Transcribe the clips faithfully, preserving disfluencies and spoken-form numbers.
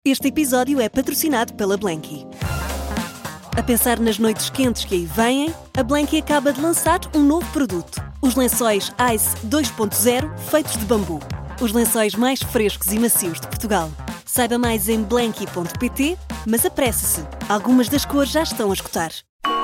Este episódio é patrocinado pela Blanky. A pensar nas noites quentes que aí vêm, a Blanky acaba de lançar um novo produto. Os lençóis Ice dois ponto zero feitos de bambu. Os lençóis mais frescos e macios de Portugal. Saiba mais em blanky ponto pt, mas apresse-se. Algumas das cores já estão a esgotar.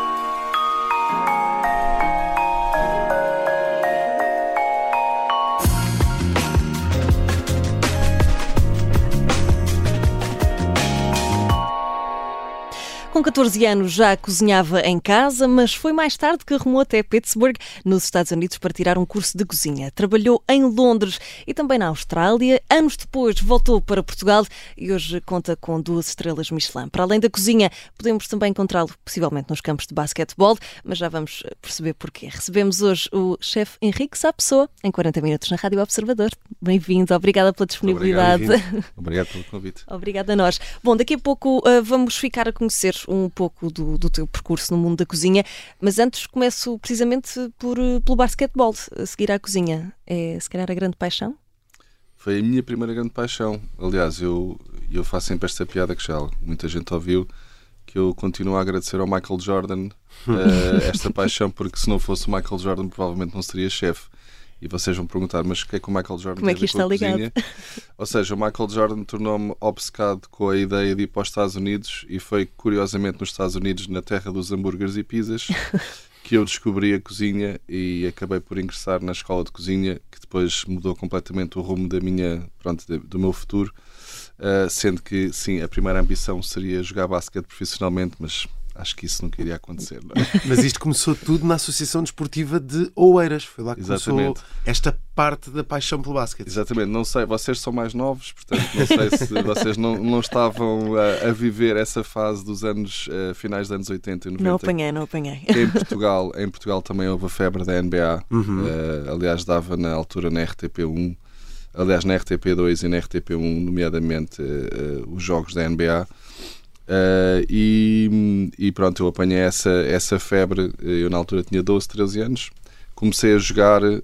Com catorze anos já cozinhava em casa, mas foi mais tarde que arrumou até Pittsburgh, nos Estados Unidos, para tirar um curso de cozinha. Trabalhou em Londres e também na Austrália. Anos depois voltou para Portugal e hoje conta com duas estrelas Michelin. Para além da cozinha, podemos também encontrá-lo possivelmente nos campos de basquetebol, mas já vamos perceber porquê. Recebemos hoje o chefe Henrique Sá Pessoa, em quarenta minutos na Rádio Observador. Bem-vindo, obrigada pela disponibilidade. Obrigado, Obrigado pelo convite. Obrigada a nós. Bom, daqui a pouco uh, vamos ficar a conhecer um pouco do, do teu percurso no mundo da cozinha, mas antes começo precisamente por, pelo basquetebol, a seguir à cozinha. É se calhar a grande paixão? Foi a minha primeira grande paixão. Aliás, eu, eu faço sempre esta piada que já muita gente ouviu, que eu continuo a agradecer ao Michael Jordan uh, esta paixão, porque se não fosse o Michael Jordan provavelmente não seria chefe. E vocês vão perguntar, mas o que é que o Michael Jordan Como é tem que a ver com a está cozinha? Ou seja, o Michael Jordan tornou-me obcecado com a ideia de ir para os Estados Unidos e foi, curiosamente, nos Estados Unidos, na terra dos hambúrgueres e pizzas, que eu descobri a cozinha e acabei por ingressar na escola de cozinha, que depois mudou completamente o rumo da minha, pronto, do meu futuro, uh, sendo que, sim, a primeira ambição seria jogar basquete profissionalmente, mas acho que isso nunca iria acontecer, não é? Mas isto começou tudo na Associação Desportiva de Oeiras. Foi lá que Exatamente. começou esta parte da paixão pelo basquete. Exatamente. Não sei, vocês são mais novos, portanto não sei se vocês não, não estavam a, a viver essa fase dos anos, uh, finais dos anos oitenta e noventa. Não apanhei, não apanhei. Em Portugal, em Portugal também houve a febre da N B A. Uhum. Uh, aliás, dava na altura na R T P um, aliás na R T P dois e na R T P um, nomeadamente uh, uh, os jogos da N B A. Uh, e, e pronto, eu apanhei essa, essa febre. Eu na altura tinha doze, treze anos, comecei a jogar uh,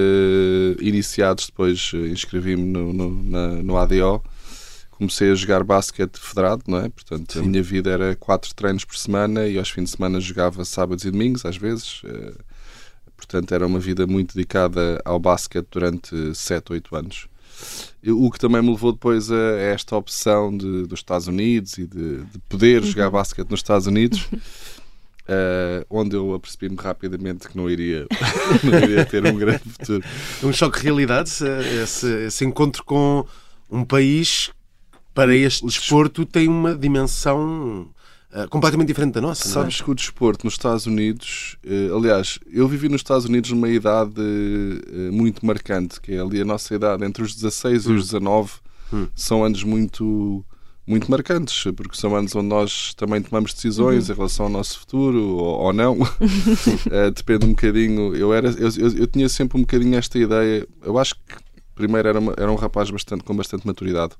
iniciados, depois inscrevi-me no, no, na, no A D O, comecei a jogar basquete federado, não é? Portanto, Sim. A minha vida era quatro treinos por semana e aos fins de semana jogava sábados e domingos às vezes, uh, portanto era uma vida muito dedicada ao basquete durante sete, oito anos. O que também me levou depois a esta opção de, dos Estados Unidos e de, de poder uhum. jogar basquete nos Estados Unidos, uh, onde eu apercebi-me rapidamente que não iria, não iria ter um grande futuro. Um choque de realidades, esse, esse encontro com um país para este desporto tem uma dimensão uh, completamente diferente da nossa. Sabes não é? Que o desporto nos Estados Unidos, uh, aliás, eu vivi nos Estados Unidos numa idade uh, muito marcante, que é ali a nossa idade, entre os dezasseis hum. e os dezanove, hum. são anos muito, muito marcantes, porque são anos onde nós também tomamos decisões uhum. em relação ao nosso futuro, ou, ou não. uh, depende um bocadinho. Eu, era, eu, eu, eu tinha sempre um bocadinho esta ideia. Eu acho que primeiro era, uma, era um rapaz bastante, com bastante maturidade.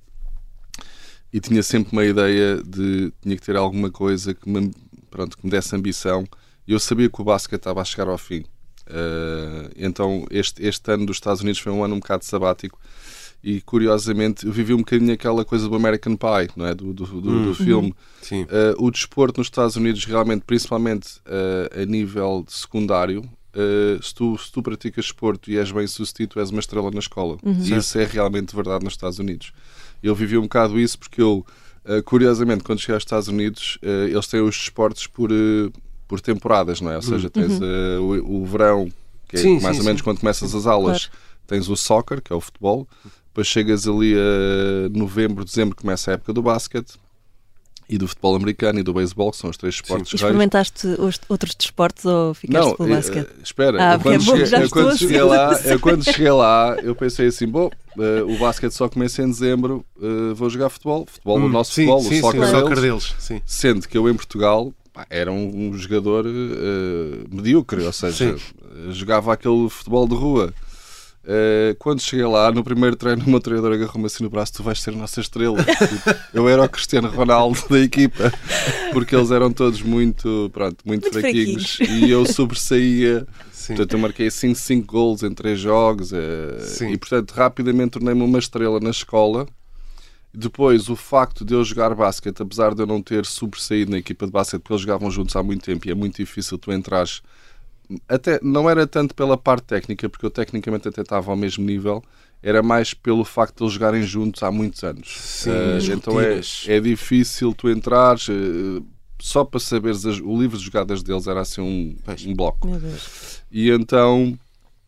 E tinha sempre uma ideia de tinha que ter alguma coisa que me, pronto, que me desse ambição. E eu sabia que o basquete estava a chegar ao fim. Uh, então este, este ano dos Estados Unidos foi um ano um bocado sabático. E curiosamente eu vivi um bocadinho aquela coisa do American Pie, não é? do, do, do, hum, do filme. Sim. Uh, o desporto nos Estados Unidos realmente, principalmente uh, a nível secundário, uh, se, tu, se tu praticas desporto e és bem sucedido, tu és uma estrela na escola. Uhum. E isso é realmente verdade nos Estados Unidos. Eu vivi um bocado isso porque eu, uh, curiosamente, quando cheguei aos Estados Unidos, uh, eles têm os desportos por, uh, por temporadas, não é? Ou seja, tens uh, o, o verão, que é sim, mais sim, ou menos sim. quando começas as aulas, claro. Tens o soccer, que é o futebol, depois chegas ali a novembro, dezembro, começa a época do basquete, e do futebol americano e do beisebol, que são os três esportes reis. Experimentaste os, outros desportos ou ficaste não, pelo basquete? Uh, espera, ah, eu, quando é bom, cheguei, eu, quando cheguei lá, assim. eu quando cheguei lá, eu pensei assim, bom, uh, o basquete só começa em dezembro, uh, vou jogar futebol. Futebol, hum, o nosso sim, futebol, sim, o soccer, sim, deles, soccer deles. Sim. Sendo que eu em Portugal pá, era um, um jogador uh, medíocre, ou seja, sim. jogava aquele futebol de rua. Uh, quando cheguei lá, no primeiro treino, o meu treinador agarrou-me assim no braço: tu vais ser a nossa estrela. Eu era o Cristiano Ronaldo da equipa, porque eles eram todos muito, pronto, muito, muito fraquinhos, fraquinhos e eu sobressaía. Sim. Portanto, eu marquei assim cinco golos em três jogos uh, e, portanto, rapidamente tornei-me uma estrela na escola. Depois, o facto de eu jogar basquete, apesar de eu não ter sobressaído na equipa de basquete, porque eles jogavam juntos há muito tempo e é muito difícil tu entrares. Até, não era tanto pela parte técnica, porque eu tecnicamente até estava ao mesmo nível, era mais pelo facto de eles jogarem juntos há muitos anos. Sim, uh, então é, é difícil tu entrares, uh, só para saberes, as, o livro de jogadas deles era assim um, um bloco. Meu Deus. E então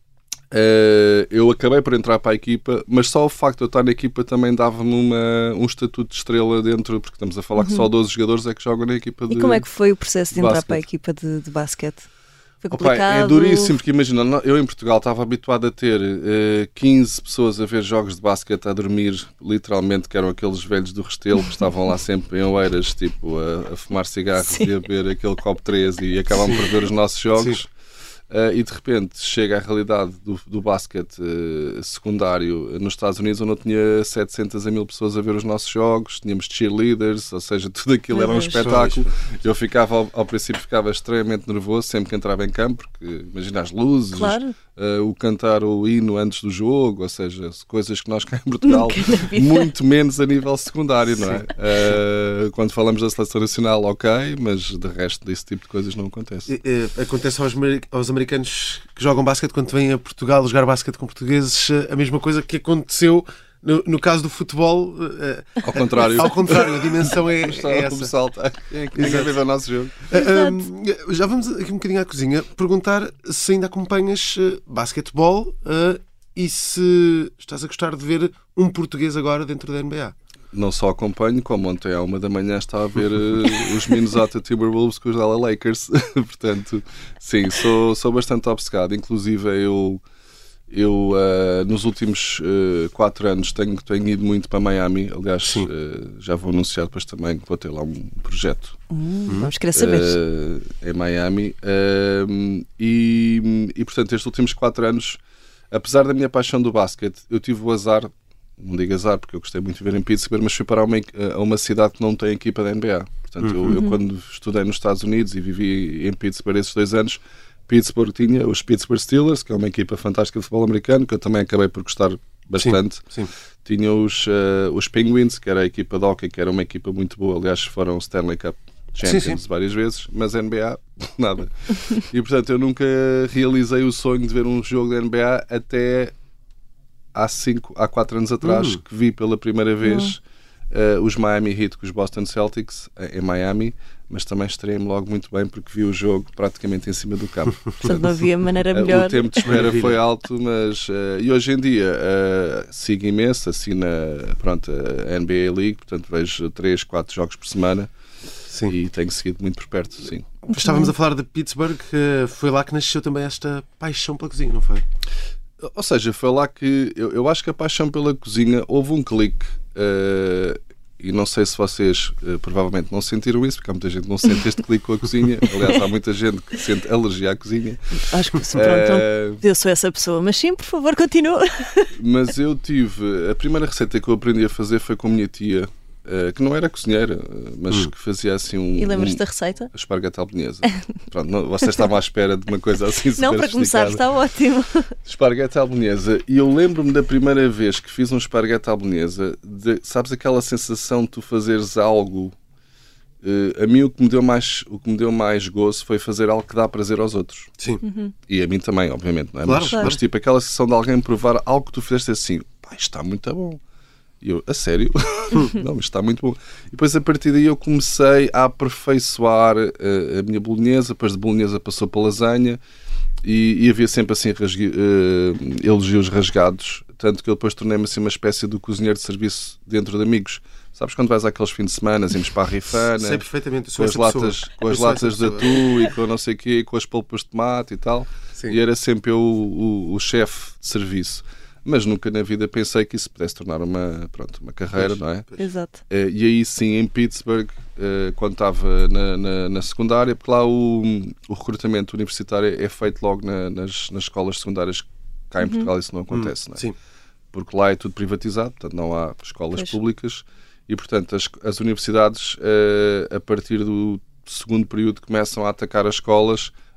uh, eu acabei por entrar para a equipa, mas só o facto de eu estar na equipa também dava-me uma, um estatuto de estrela dentro, porque estamos a falar uhum. que só doze jogadores é que jogam na equipa de E como é que foi o processo de, de entrar basquete. para a equipa de, de basquete? Foi Opa, complicado? é duríssimo, porque imagina, eu em Portugal estava habituado a ter uh, quinze pessoas a ver jogos de basquete a dormir, literalmente, que eram aqueles velhos do Restelo que estavam lá sempre em Oeiras, tipo, a, a fumar cigarros Sim. e a beber aquele copo treze e acabavam por ver os nossos jogos. Uh, e de repente chega a realidade do, do basquete uh, secundário nos Estados Unidos, onde eu tinha setecentas a mil pessoas a ver os nossos jogos, tínhamos cheerleaders, ou seja, tudo aquilo era um espetáculo. Eu ficava, ao, ao princípio, ficava extremamente nervoso sempre que entrava em campo, porque imagina as luzes, claro. uh, o cantar o hino antes do jogo, ou seja, coisas que nós cá em Portugal, muito menos a nível secundário, não é? Uh, quando falamos da seleção nacional, ok, mas de resto desse tipo de coisas não acontece. É, é, acontece aos, aos americanos que jogam basquete quando vêm a Portugal jogar basquete com portugueses, a mesma coisa que aconteceu no, no caso do futebol. Ao contrário. Ao contrário, a dimensão é, é essa. Salta. Quem quer ver o nosso jogo? Uh, um, já vamos aqui um bocadinho à cozinha perguntar se ainda acompanhas uh, basquetebol uh, e se estás a gostar de ver um português agora dentro da N B A. Não só acompanho, como ontem à uma da manhã estava a ver uh, os Minnesota Timberwolves com os L A Lakers. Portanto, sim, sou, sou bastante obcecado. Inclusive, eu, eu uh, nos últimos uh, quatro anos tenho, tenho ido muito para Miami. Aliás, uh, já vou anunciar depois também que vou ter lá um projeto. Hum, vamos querer saber. Uh, em Miami. Uh, e, e, portanto, estes últimos quatro anos, apesar da minha paixão do basquete, eu tive o azar... Não digo azar, porque eu gostei muito de ver em Pittsburgh, mas fui para uma, a uma cidade que não tem equipa da N B A. Portanto, uhum. eu, eu quando estudei nos Estados Unidos e vivi em Pittsburgh esses dois anos, Pittsburgh tinha os Pittsburgh Steelers, que é uma equipa fantástica de futebol americano, que eu também acabei por gostar bastante. Sim, sim. Tinha os, uh, os Penguins, que era a equipa de hockey, que era uma equipa muito boa. Aliás, foram Stanley Cup Champions sim, sim. várias vezes, mas N B A, nada. E, portanto, eu nunca realizei o sonho de ver um jogo da N B A até... Há, cinco, há quatro anos atrás uhum. que vi pela primeira vez uhum. uh, os Miami Heat com os Boston Celtics em Miami, mas também estreiei-me logo muito bem porque vi o jogo praticamente em cima do campo. Portanto, não havia maneira melhor. Uh, o tempo de espera foi alto, mas uh, e hoje em dia uh, sigo imenso, assino pronto, a N B A League, portanto vejo três, quatro jogos por semana. Sim. E tenho seguido muito por perto, sim. Estávamos a falar de Pittsburgh, que foi lá que nasceu também esta paixão pela cozinha, não foi? Ou seja, foi lá que eu, eu acho que a paixão pela cozinha houve um clique uh, e não sei se vocês uh, provavelmente não sentiram isso, porque há muita gente que não sente este clique com a cozinha. Aliás, há muita gente que sente alergia à cozinha. Acho que sim, pronto, uh, não, eu sou essa pessoa, mas sim, por favor, continua. Mas eu tive, a primeira receita que eu aprendi a fazer foi com a minha tia, Uh, que não era cozinheira, mas hum. que fazia assim um... E lembras-te um, da receita? Esparguete à bolonhesa. Pronto, não, vocês estavam à espera de uma coisa assim super Não, para começar está ótimo. Esparguete à bolonhesa. E eu lembro-me da primeira vez que fiz um esparguete à bolonesa, de, sabes aquela sensação de tu fazeres algo... Uh, a mim o que, me deu mais, o que me deu mais gozo foi fazer algo que dá prazer aos outros. Sim. Uhum. E a mim também, obviamente. Não é? Claro, mas, claro. mas tipo, aquela sensação de alguém provar algo que tu fizeste assim, pá, isto está muito bom. E eu, a sério? Não, mas está muito bom. E depois a partir daí eu comecei a aperfeiçoar uh, a minha bolonhesa, depois de bolonhesa passou para lasanha e, e havia sempre assim rasgue, uh, elogios rasgados, tanto que eu depois tornei-me assim uma espécie de cozinheiro de serviço dentro de amigos. Sabes quando vais àqueles fins de semana, íamos para a Rifana, sei perfeitamente, com as latas, com as latas de atum e com não sei o quê, com as polpas de tomate e tal. Sim. E era sempre eu o, o, o chefe de serviço. Mas nunca na vida pensei que isso pudesse tornar uma, pronto, uma carreira, pois, não é? Pois. Exato. Uh, e aí sim, em Pittsburgh, uh, quando estava na, na, na secundária, porque lá o, o recrutamento universitário é feito logo na, nas, nas escolas secundárias. Cá em uhum. Portugal isso não acontece, hum, não é? Sim. Porque lá é tudo privatizado, portanto não há escolas pois. públicas e, portanto, as, as universidades, uh, a partir do segundo período, começam a atacar as escolas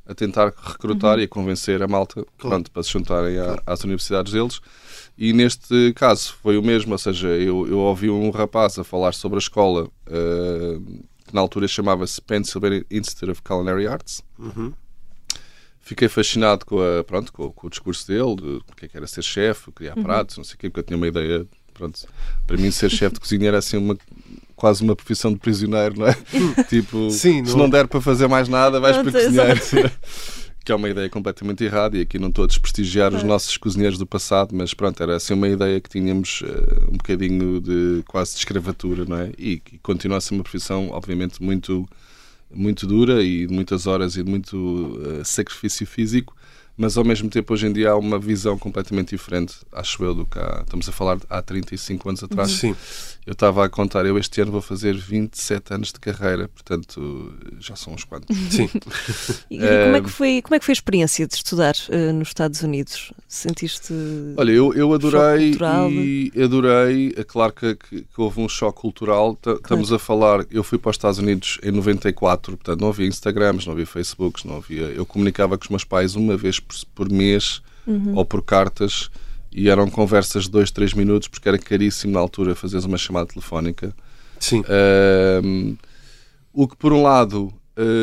a tentar recrutar uhum. e a convencer a malta claro. pronto, para se juntarem a, claro. às universidades deles. E neste caso foi o mesmo, ou seja, eu, eu ouvi um rapaz a falar sobre a escola uh, que na altura chamava-se Pennsylvania Institute of Culinary Arts. Uhum. Fiquei fascinado com, a, pronto, com, com o discurso dele, de o que é que era ser chefe, criar uhum. pratos, não sei o quê, porque eu tinha uma ideia, pronto, para mim ser chefe de cozinha era assim uma, quase uma profissão de prisioneiro, não é? Tipo, Sim, se não... não der para fazer mais nada, vais não, para cozinheiro. Que é uma ideia completamente errada e aqui não estou a desprestigiar os nossos cozinheiros do passado, mas pronto, era assim uma ideia que tínhamos uh, um bocadinho de quase de escravatura, não é? E, e continua a ser uma profissão, obviamente, muito, muito dura e de muitas horas e de muito uh, sacrifício físico, mas ao mesmo tempo hoje em dia há uma visão completamente diferente, acho eu, do que há, estamos a falar de há trinta e cinco anos atrás. Sim. Eu estava a contar, eu este ano vou fazer vinte e sete anos de carreira, portanto já são uns quantos. Sim. E como é que foi, como é que foi a experiência de estudar uh, nos Estados Unidos? Sentiste Olha, eu, eu adorei cultural? e adorei, é claro que, que, que houve um choque cultural. T- claro. Estamos a falar, eu fui para os Estados Unidos em noventa e quatro, portanto não havia Instagrams, não havia Facebooks, não havia, eu comunicava com os meus pais uma vez por, por mês uhum. ou por cartas. E eram conversas de dois, três minutos, porque era caríssimo na altura fazeres uma chamada telefónica. Sim. Uh, o que, por um lado,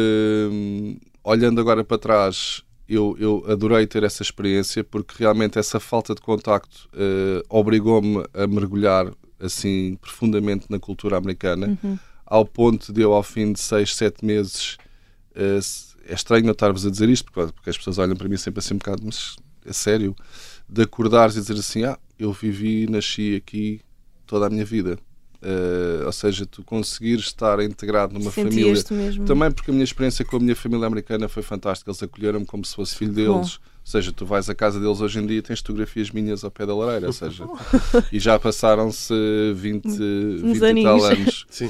uh, olhando agora para trás, eu, eu adorei ter essa experiência, porque realmente essa falta de contacto uh, obrigou-me a mergulhar assim profundamente na cultura americana, uhum. ao ponto de eu, ao fim de seis, sete meses, uh, é estranho eu estar-vos a dizer isto, porque, porque as pessoas olham para mim sempre assim um bocado, mas é sério, de acordares e dizer assim, ah, eu vivi, nasci aqui toda a minha vida. Uh, ou seja, tu conseguires estar integrado numa Sentias-te família. Mesmo. Também porque a minha experiência com a minha família americana foi fantástica. Eles acolheram-me como se fosse filho deles. Bom. Ou seja, tu vais à casa deles hoje em dia e tens fotografias minhas ao pé da lareira. Ou seja, e já passaram-se vinte, vinte e tal anos. Sim.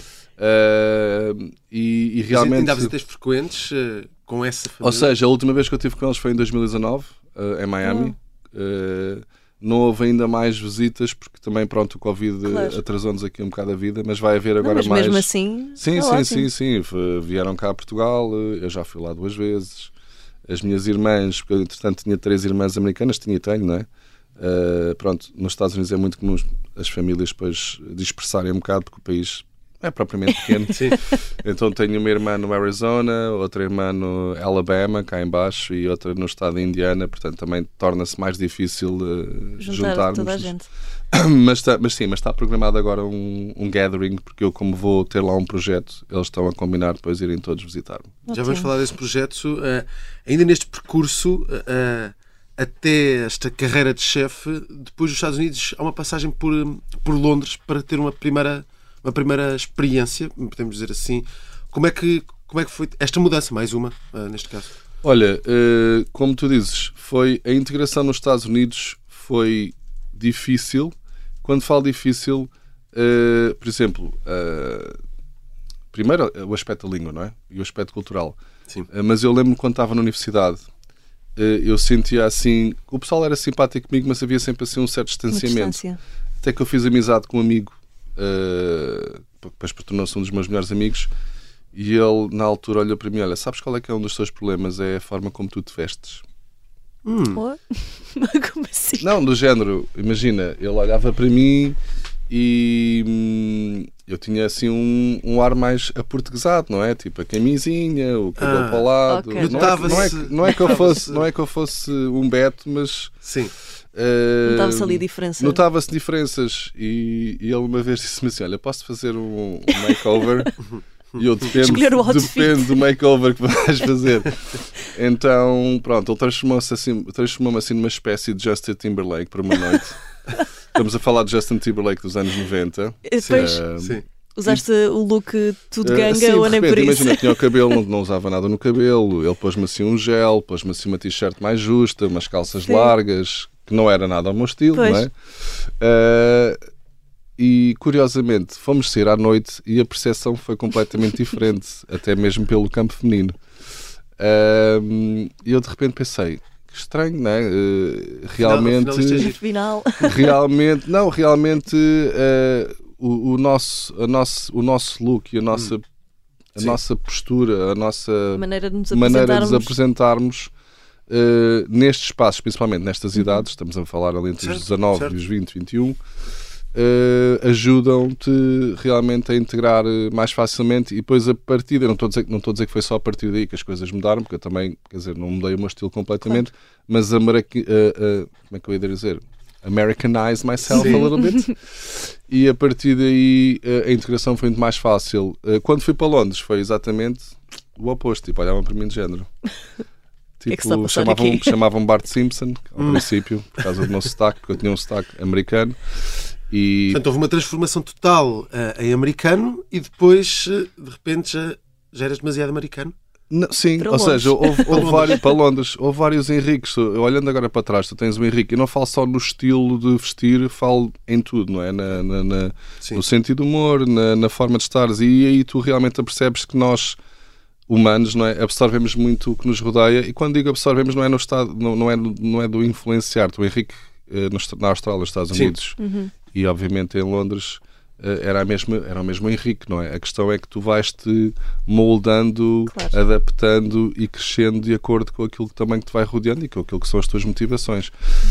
Uh, e, e realmente... Ainda há visitas frequentes uh, com essa família? Ou seja, a última vez que eu estive com eles foi em dois mil e dezanove, uh, em Miami. Oh. Uh, não houve ainda mais visitas porque também pronto o Covid claro. atrasou-nos aqui um bocado a vida, mas vai haver agora não, mas mais. Mesmo assim, sim, é sim, ótimo. sim, sim, sim. Vieram cá a Portugal, eu já fui lá duas vezes. As minhas irmãs, porque eu entretanto tinha três irmãs americanas, tinha e tenho, não é? Uh, pronto, nos Estados Unidos é muito comum as famílias depois dispersarem um bocado porque o país é propriamente pequeno. Sim. Então tenho uma irmã no Arizona, outra irmã no Alabama, cá em baixo, e outra no estado de Indiana, portanto também torna-se mais difícil uh, juntar juntarmos. toda a gente. Mas, tá, mas sim, mas está programado agora um, um gathering, porque eu como vou ter lá um projeto, eles estão a combinar depois irem todos visitar-me. Já vamos falar desse projeto. Uh, ainda neste percurso, uh, até esta carreira de chefe, depois dos Estados Unidos há uma passagem por, por Londres para ter uma primeira... uma primeira experiência, podemos dizer assim. Como é que, como é que foi esta mudança, mais uma, uh, neste caso? Olha, uh, como tu dizes, foi a integração nos Estados Unidos foi difícil. Quando falo difícil, uh, por exemplo, uh, primeiro o aspecto da língua, não é? E o aspecto cultural. Sim. Uh, mas eu lembro-me quando estava na universidade, uh, eu sentia assim, o pessoal era simpático comigo, mas havia sempre assim um certo distanciamento. Até que eu fiz amizade com um amigo, Uh, depois tornou-se um dos meus melhores amigos, e ele na altura olhou para mim: olha, sabes qual é que é um dos teus problemas? É a forma como tu te vestes. hum. Como assim? Não, do género, imagina, ele olhava para mim e hum, eu tinha assim um, um ar mais aportuguesado, não é? Tipo a camisinha, o cabelo ah, para o lado. Okay. Não, é, não, é, não, é que eu fosse, não é que eu fosse um Beto, mas sim. Uh, Notava-se ali diferença. Notava-se diferenças e, e ele uma vez disse-me assim: olha, posso fazer um, um makeover? E eu depende, depende do makeover que vais fazer. Então, pronto, ele transformou-se assim, transformou-me assim numa espécie de Justin Timberlake por uma noite. Estamos a falar de Justin Timberlake dos anos noventa. Depois, uh, sim. Usaste e, o look tudo ganga uh, sim, ou nem por isso? Imagina, tinha o cabelo, não, não usava nada no cabelo. Ele pôs-me assim um gel, pôs-me assim uma t-shirt mais justa, umas calças sim. largas, que não era nada ao meu estilo, pois. Não é? Uh, e curiosamente fomos sair à noite e a percepção foi completamente diferente, até mesmo pelo campo feminino. Uh, e eu de repente pensei: que estranho, não é? Uh, realmente, final, realmente, não, realmente uh, o, o, nosso, a nosso, o nosso look e a nossa, hum. a nossa postura, a nossa maneira de nos maneira apresentarmos, de nos apresentarmos uh, nestes espaços, principalmente nestas uhum. idades, estamos a falar ali entre certo, os dezanove certo. e os vinte, vinte e um, uh, ajudam-te realmente a integrar mais facilmente e depois a partir, eu não estou a dizer, não estou a dizer que foi só a partir daí que as coisas mudaram, porque eu também, quer dizer, não mudei o meu estilo completamente, claro. mas a, uh, uh, como é que eu ia dizer? Americanize myself Sim. a little bit. E a partir daí a integração foi muito mais fácil. Quando fui para Londres foi exatamente o oposto. Tipo, olhavam para mim de género. Tipo, é que chamavam, chamavam Bart Simpson ao hum. princípio, por causa do meu sotaque, porque eu tinha um sotaque americano. E... Portanto, houve uma transformação total uh, em americano e depois, uh, de repente, já, já eras demasiado americano. Não, sim, para ou Londres. seja, houve, houve vários, para Londres, houve vários Henriques. Olhando agora para trás, tu tens o Henrique, e não falo só no estilo de vestir, falo em tudo, não é? Na, na, na, no sentido de humor, na, na forma de estares, e aí tu realmente percebes que nós, humanos, não é? Absorvemos muito o que nos rodeia, e quando digo absorvemos, não é, no estado, não, não é, não é do influenciar. O Henrique, na Austrália, nos Estados Unidos, uhum. e obviamente em Londres, era, a mesma, era o mesmo Henrique, não é? A questão é que tu vais-te moldando, claro. adaptando e crescendo de acordo com aquilo que também te vai rodeando e com aquilo que são as tuas motivações.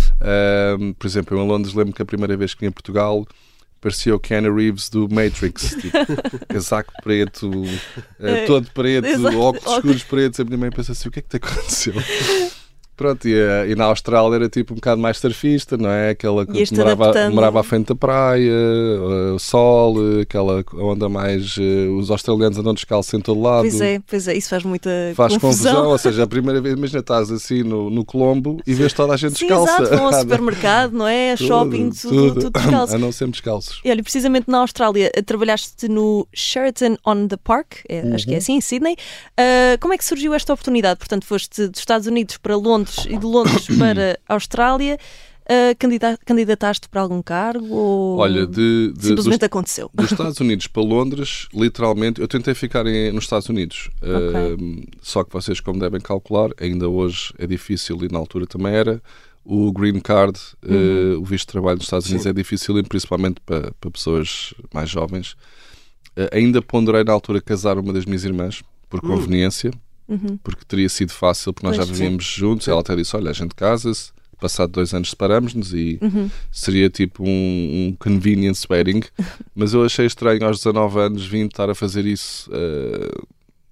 Um, por exemplo, eu em Londres lembro que a primeira vez que vim a Portugal parecia o Keanu Reeves do Matrix, tipo, casaco preto, uh, todo preto, Exato. óculos escuros pretos. A minha mãe pensa assim, o que é que te aconteceu? Pronto, e, e na Austrália era tipo um bocado mais surfista, não é? Aquela que morava, morava à frente da praia, o sol, aquela onda mais... Os australianos andam descalços em todo lado. Pois é, pois é, isso faz muita faz confusão. Faz confusão, ou seja, a primeira vez, imagina, estás assim no, no Colombo e vês toda a gente Sim, descalça. Exato, vão ao supermercado, não é? A shopping, tudo, tudo, tudo descalço. Andam sempre descalços. E olha, precisamente na Austrália, trabalhaste no Sheraton on the Park, é, uhum. acho que é assim, em Sydney. Uh, como é que surgiu esta oportunidade? Portanto, foste dos Estados Unidos para Londres e de Londres para a Austrália, uh, candida- candidataste para algum cargo ou Olha, de, de, simplesmente dos, aconteceu? Dos Estados Unidos para Londres, literalmente, eu tentei ficar em, nos Estados Unidos, okay. uh, só que vocês, como devem calcular, ainda hoje é difícil e na altura também era, o green card, uhum. uh, o visto de trabalho nos Estados Unidos Sim. é difícil, principalmente para, para pessoas mais jovens. Uh, ainda ponderei na altura casar uma das minhas irmãs, por uhum. conveniência, Uhum. porque teria sido fácil, porque nós pois já vivíamos sim. juntos. Ela até disse, olha, a gente casa-se, passado dois anos separamos-nos e uhum. seria tipo um, um convenience wedding. Mas eu achei estranho aos dezanove anos vim estar a fazer isso uh,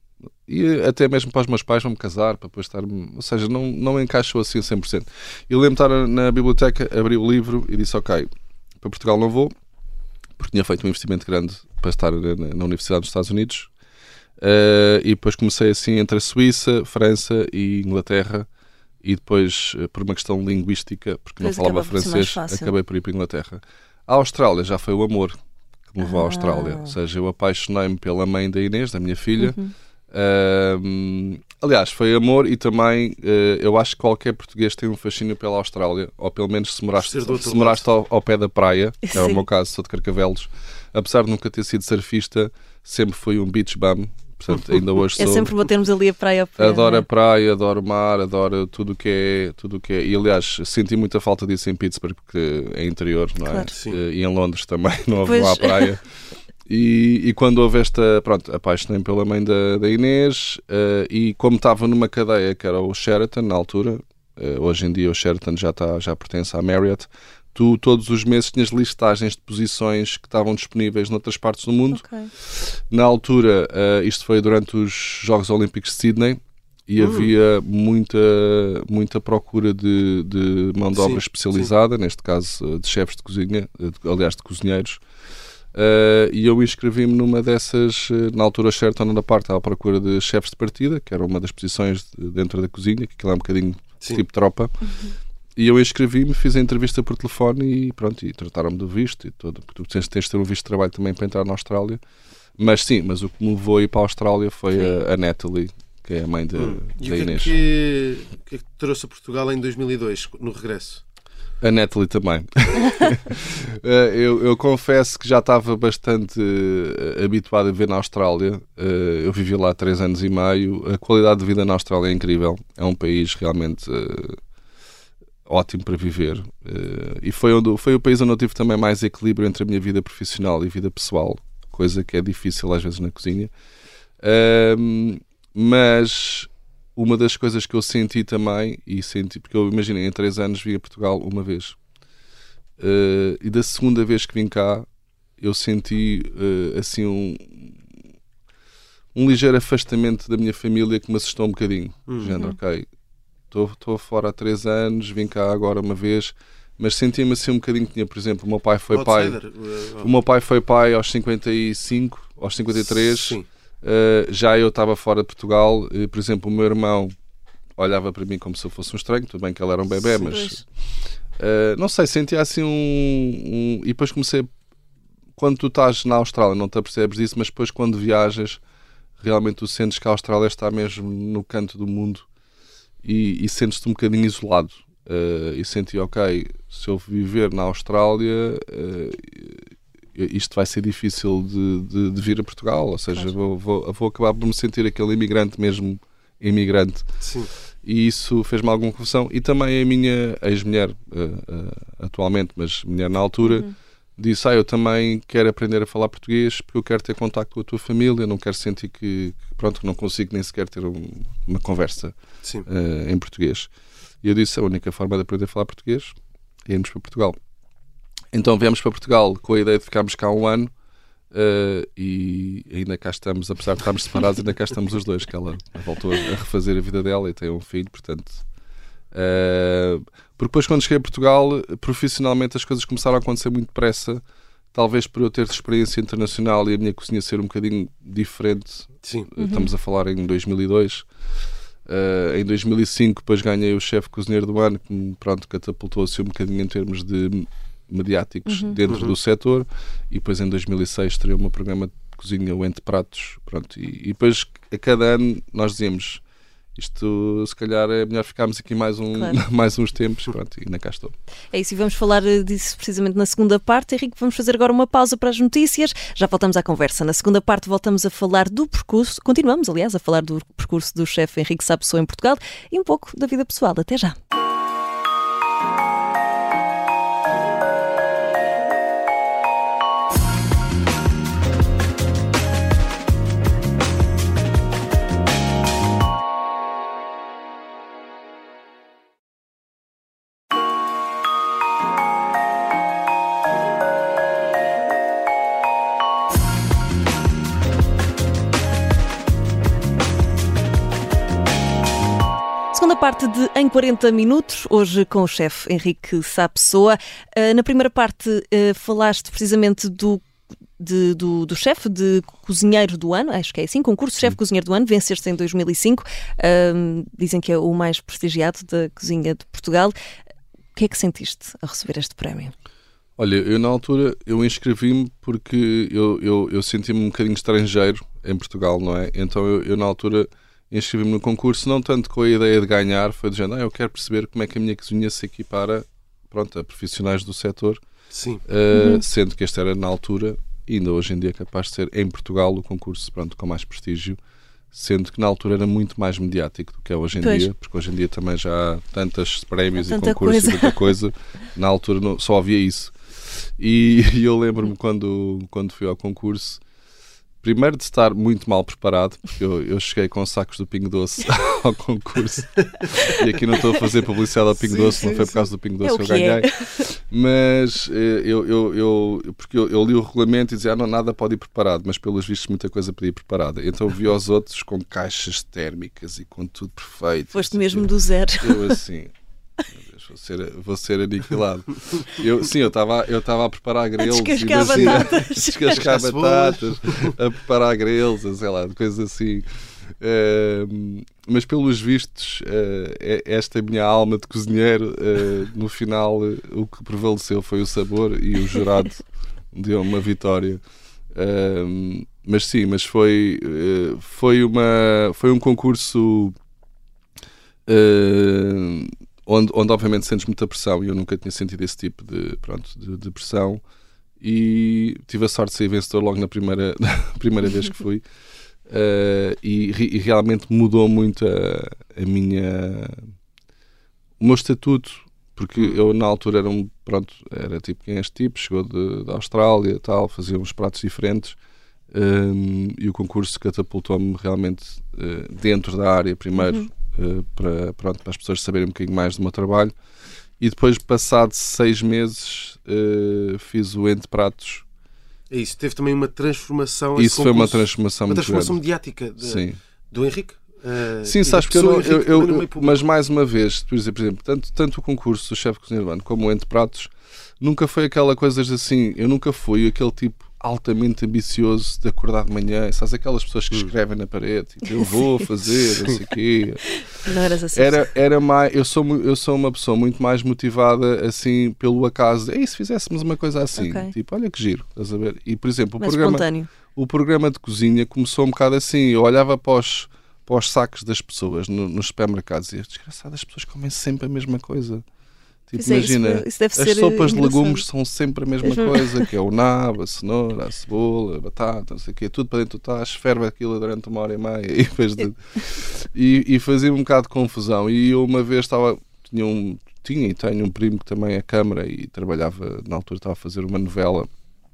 e até mesmo para os meus pais vão-me casar, para depois estar, ou seja, não, não encaixou assim a cem por cento. Eu lembro de estar na biblioteca, abri o livro e disse, ok, para Portugal não vou, porque tinha feito um investimento grande para estar na, na Universidade dos Estados Unidos. Uh, e depois comecei assim entre a Suíça, França e Inglaterra e depois por uma questão linguística, porque pois não falava francês, acabei por ir para a Inglaterra. A Austrália já foi o amor que me levou ah. à Austrália, ou seja, eu apaixonei-me pela mãe da Inês, da minha filha. Uhum. Uh, aliás, foi amor e também uh, eu acho que qualquer português tem um fascínio pela Austrália, ou pelo menos se moraste, se moraste ao, ao pé da praia, que é o meu caso, sou de Carcavelos, apesar de nunca ter sido surfista, sempre fui um beach bum. Portanto, ainda hoje é sou... sempre batermos ali a praia a pé, adoro é? a praia, adoro o mar, adoro tudo o que é, tudo o que é. E aliás, senti muita falta disso em Pittsburgh, porque é interior, não é? Claro. E em Londres também não houve lá a praia. E, e quando houve esta, pronto, apaixonei-me pela mãe da, da Inês, uh, e como estava numa cadeia que era o Sheraton na altura, uh, hoje em dia o Sheraton já, está, já pertence à Marriott, tu todos os meses tinhas listagens de posições que estavam disponíveis noutras partes do mundo. Okay. Na altura, uh, isto foi durante os Jogos Olímpicos de Sydney, e uhum. havia muita, muita procura de, de mão de obra sim, especializada, sim. neste caso de chefes de cozinha, de, aliás de cozinheiros, uh, e eu inscrevi-me numa dessas, na altura o Sheraton na parte à procura de chefes de partida, que era uma das posições de, dentro da cozinha, que aquilo é um bocadinho sim. tipo tropa. Uhum. E eu inscrevi-me, fiz a entrevista por telefone e pronto, e trataram-me do visto e tudo, porque tu tens, tens de ter um visto de trabalho também para entrar na Austrália. Mas sim, mas o que me levou a ir para a Austrália foi a, a Natalie, que é a mãe de, hum. da Inês. E o que é que te trouxe a Portugal em dois mil e dois, no regresso? A Natalie também. eu, eu confesso que já estava bastante uh, habituado a viver na Austrália. Uh, eu vivi lá há três anos e meio. A qualidade de vida na Austrália é incrível. É um país realmente... Uh, ótimo para viver, uh, e foi, onde, foi o país onde eu tive também mais equilíbrio entre a minha vida profissional e vida pessoal, coisa que é difícil às vezes na cozinha, Um, mas uma das coisas que eu senti também, e senti, porque eu imaginei, em três anos vim a Portugal uma vez. Uh, e da segunda vez que vim cá, eu senti uh, assim um, um ligeiro afastamento da minha família que me assustou um bocadinho. Uhum. Género, ok, estou fora há três anos, vim cá agora uma vez, mas senti-me assim um bocadinho que tinha, por exemplo, o meu pai foi pai. O meu pai foi pai aos cinquenta e cinco, aos cinquenta e três. Sim. Uh, já eu estava fora de Portugal. Uh, por exemplo, o meu irmão olhava para mim como se eu fosse um estranho. Tudo bem que ele era um bebê, sim, mas uh, não sei, sentia assim um, um... E depois comecei, quando tu estás na Austrália não te apercebes disso, mas depois quando viajas realmente tu sentes que a Austrália está mesmo no canto do mundo e, e sentes-te um bocadinho isolado. Uh, e senti, ok, se eu viver na Austrália, uh, isto vai ser difícil de, de, de vir a Portugal, ou seja, claro. vou, vou, vou acabar por me sentir aquele imigrante mesmo, imigrante. Sim. E isso fez-me alguma confusão. E também a minha ex-mulher, uh, uh, atualmente, mas mulher na altura, uhum. disse, ah, eu também quero aprender a falar português porque eu quero ter contacto com a tua família, não quero sentir que, pronto, não consigo nem sequer ter um, uma conversa uh, em português. E eu disse, a única forma de aprender a falar português é irmos para Portugal. Então viemos para Portugal com a ideia de ficarmos cá um ano uh, e ainda cá estamos, apesar de estarmos separados, ainda cá estamos os dois, que ela voltou a refazer a vida dela e tem um filho, portanto... Uh, porque depois quando cheguei a Portugal, profissionalmente as coisas começaram a acontecer muito depressa, talvez por eu ter experiência internacional e a minha cozinha ser um bocadinho diferente. Sim. Uhum. Estamos a falar em dois mil e dois. Uh, em dois mil e cinco depois ganhei o chefe cozinheiro do ano, que me, pronto, catapultou assim um bocadinho em termos de mediáticos uhum. dentro uhum. do setor, e depois em dois mil e seis estreou o meu programa de cozinha, o Entre Pratos, pronto, e, e depois a cada ano nós dizíamos, isto se calhar é melhor ficarmos aqui mais, um, claro. mais uns tempos, pronto, e ainda cá estou. É isso, e vamos falar disso precisamente na segunda parte. Henrique, vamos fazer agora uma pausa para as notícias, já voltamos à conversa. Na segunda parte voltamos a falar do percurso, continuamos aliás a falar do percurso do chefe Henrique Sá Pessoa em Portugal e um pouco da vida pessoal. Até já. Segunda parte de Em quarenta minutos, hoje com o chefe Henrique Sá Pessoa. Na primeira parte falaste precisamente do, de, do, do chefe de cozinheiro do ano, acho que é assim, concurso chefe cozinheiro do ano, venceste em dois mil e cinco, um, dizem que é o mais prestigiado da cozinha de Portugal. O que é que sentiste a receber este prémio? Olha, eu na altura eu inscrevi-me porque eu, eu, eu senti-me um bocadinho estrangeiro em Portugal, não é? Então eu, eu na altura inscrevi-me no concurso, não tanto com a ideia de ganhar, foi dizendo, ah, eu quero perceber como é que a minha cozinha se equipara, pronto, a profissionais do setor. Sim. Uh, uhum. Sendo que este era na altura, e ainda hoje em dia é capaz de ser em Portugal o concurso, pronto, com mais prestígio, sendo que na altura era muito mais mediático do que é hoje em pois. dia, porque hoje em dia também já há tantos prémios e concursos coisa. e tanta coisa, na altura não, só havia isso. E, e eu lembro-me quando, quando fui ao concurso, primeiro de estar muito mal preparado, porque eu, eu cheguei com sacos do Pingo Doce ao concurso. E aqui não estou a fazer publicidade ao Pingo sim, Doce, sim, não foi por causa do Pingo Doce é que eu ganhei. É. Mas eu, eu, eu, porque eu, eu li o regulamento e dizia, ah, não, nada pode ir preparado, mas pelos vistos muita coisa podia ir preparada. Então vi aos outros com caixas térmicas e com tudo perfeito. Foste mesmo eu, do zero. Eu assim... Vou ser, vou ser aniquilado. Eu, sim, eu estava eu estava a preparar grelos, a descascar assim, batatas, a descascar batatas, a preparar grelos, sei lá, coisas assim. Uh, mas pelos vistos, uh, esta minha alma de cozinheiro, uh, no final, uh, o que prevaleceu foi o sabor e o jurado deu uma vitória. Uh, mas sim, mas foi, uh, foi, uma, foi um concurso. Uh, Onde, onde obviamente sentes muita pressão, e eu nunca tinha sentido esse tipo de, pronto, de, de pressão, e tive a sorte de ser vencedor logo na primeira, na primeira vez que fui, uh, e, e realmente mudou muito a, a minha o meu estatuto, porque eu na altura era um, pronto, era tipo quem é este tipo, chegou de, da Austrália tal, fazia uns pratos diferentes, Um, e o concurso catapultou-me realmente uh, dentro da área primeiro, uhum. uh, para, pronto, para as pessoas saberem um bocadinho mais do meu trabalho, e depois, passado seis meses, uh, fiz o Entre Pratos. É isso, teve também uma transformação. Isso foi uma transformação uma muito transformação grande. mediática de, Sim. do Henrique. Uh, Sim, sabes porque eu, eu, eu, eu mas mais uma vez, por exemplo, tanto, tanto o concurso do chefe cozinheiro urbano como o Entre Pratos nunca foi aquela coisa de assim, eu nunca fui aquele tipo altamente ambicioso de acordar de manhã, sabes, aquelas pessoas que escrevem na parede, tipo, eu vou fazer, não sei o quê. Não eras assim. Era, era mais, eu sou, eu sou uma pessoa muito mais motivada assim pelo acaso. É, e se fizéssemos uma coisa assim, okay. tipo, olha que giro, estás a ver? E por exemplo, o mais programa, espontâneo. o programa de cozinha começou um bocado assim, eu olhava para os, para os sacos das pessoas no, nos supermercados e desgraçado, as pessoas comem sempre a mesma coisa. Tipo, isso é, imagina, isso, isso deve as ser sopas de engraçado. legumes são sempre a mesma coisa, que é o nabo, a cenoura, a cebola, a batata, não sei o quê, tudo para dentro do tacho, ferve aquilo durante uma hora e meia e, depois de... e, e fazia um bocado de confusão. E eu uma vez estava, tinha, um, tinha e tenho um primo que também é câmara e trabalhava, na altura estava a fazer uma novela,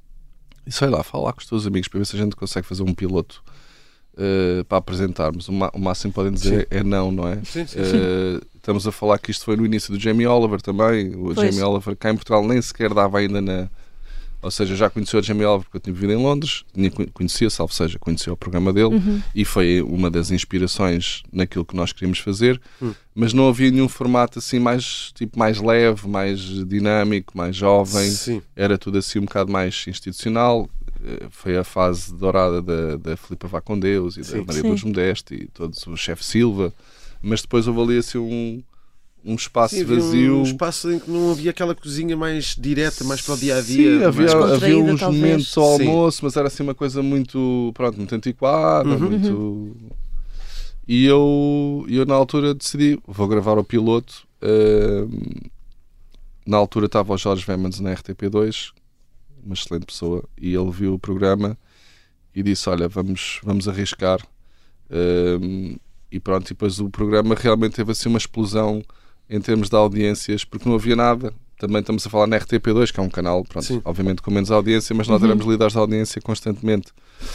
e sei lá, falar com os teus amigos para ver se a gente consegue fazer um piloto uh, para apresentarmos. O, o máximo podem dizer é, é não, não é? Sim, sim, sim. Uh, Estamos a falar que isto foi no início do Jamie Oliver também. O pois. Jamie Oliver cá em Portugal nem sequer dava ainda na... Ou seja, já conheceu o Jamie Oliver porque eu tinha vivido em Londres, conhecia, salvo seja, conhecia o programa dele, uhum. e foi uma das inspirações naquilo que nós queríamos fazer, uhum. mas não havia nenhum formato assim mais, tipo, mais leve, mais dinâmico, mais jovem. Sim. Era tudo assim um bocado mais institucional. Foi a fase dourada da, da Filipa Vá com Deus e sim. da Maria Sim. Lourdes Modeste e todos, o chefe Silva. Mas depois houve ali assim um, um espaço Sim, vazio. Um espaço em que não havia aquela cozinha mais direta, mais para o dia a dia. Sim, havia, mais... havia uns talvez. momentos ao Sim. almoço, mas era assim uma coisa muito, pronto, muito antiquada, Uhum. muito. E eu, eu na altura decidi, vou gravar o piloto. Uh, na altura estava o Jorge Vemans na R T P dois, uma excelente pessoa, e ele viu o programa e disse: olha, vamos, vamos arriscar. Uh, E pronto, e depois o programa realmente teve assim uma explosão em termos de audiências, porque não havia nada. Também estamos a falar na R T P dois, que é um canal, pronto, Sim. obviamente com menos audiência, mas nós Uhum. éramos líderes de audiência constantemente.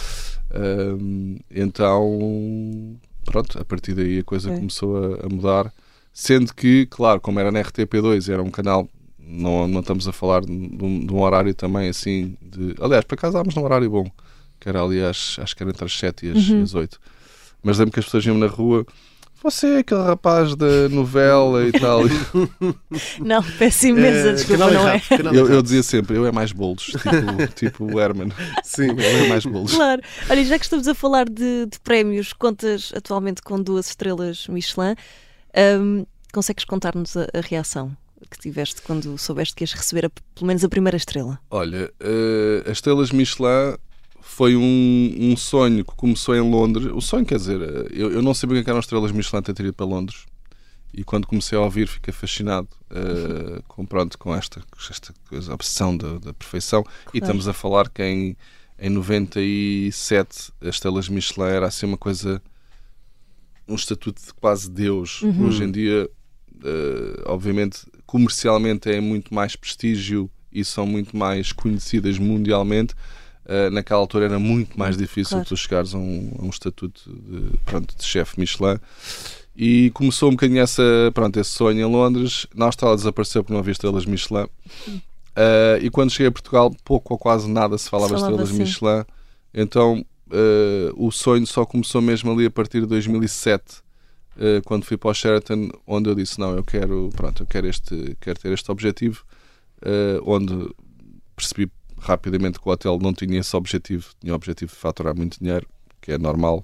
Um, então, pronto, a partir daí a coisa okay. começou a, a mudar. Sendo que, claro, como era na R T P dois, era um canal, não, não estamos a falar de um, de um horário também assim, de... aliás, por acaso estávamos num horário bom, que era ali, às, acho que era entre as sete e as, uhum. as oito. Mas lembro que as pessoas iam na rua, você é aquele rapaz da novela e tal. Não, peço imensa É, desculpa, canal não errado, é? canal Eu, eu errado. dizia sempre, eu é mais bolos, tipo, tipo o Herman. Sim. Eu é mais bolos. Claro. Olha, já que estamos a falar de, de prémios, contas atualmente com duas estrelas Michelin, hum, consegues contar-nos a, a reação que tiveste quando soubeste que ias receber a, pelo menos a primeira estrela? Olha, uh, as estrelas Michelin foi um, um sonho que começou em Londres. O sonho, quer dizer, eu, eu não sabia o que eram estrelas Michelin ter ido para Londres. E quando comecei a ouvir, fiquei fascinado uh, com, pronto, com esta, esta coisa, a obsessão da, da perfeição. Claro. E estamos a falar que em, em noventa e sete as estrelas Michelin era assim uma coisa, um estatuto de quase Deus. Uhum. Hoje em dia, uh, obviamente, comercialmente é muito mais prestígio e são muito mais conhecidas mundialmente. Uh, naquela altura era muito mais difícil claro. tu chegares a um, a um estatuto de, pronto, de chefe Michelin, e começou um bocadinho essa, pronto, esse sonho em Londres. Na Austrália desapareceu porque não havia estrelas Michelin, uh, e quando cheguei a Portugal pouco ou quase nada se falava de estrelas assim. Michelin. Então uh, o sonho só começou mesmo ali a partir de dois mil e sete, uh, quando fui para o Sheraton, onde eu disse, não, eu quero, pronto, eu quero, este, quero ter este objetivo, uh, onde percebi rapidamente que o hotel não tinha esse objetivo, tinha o objetivo de faturar muito dinheiro, que é normal.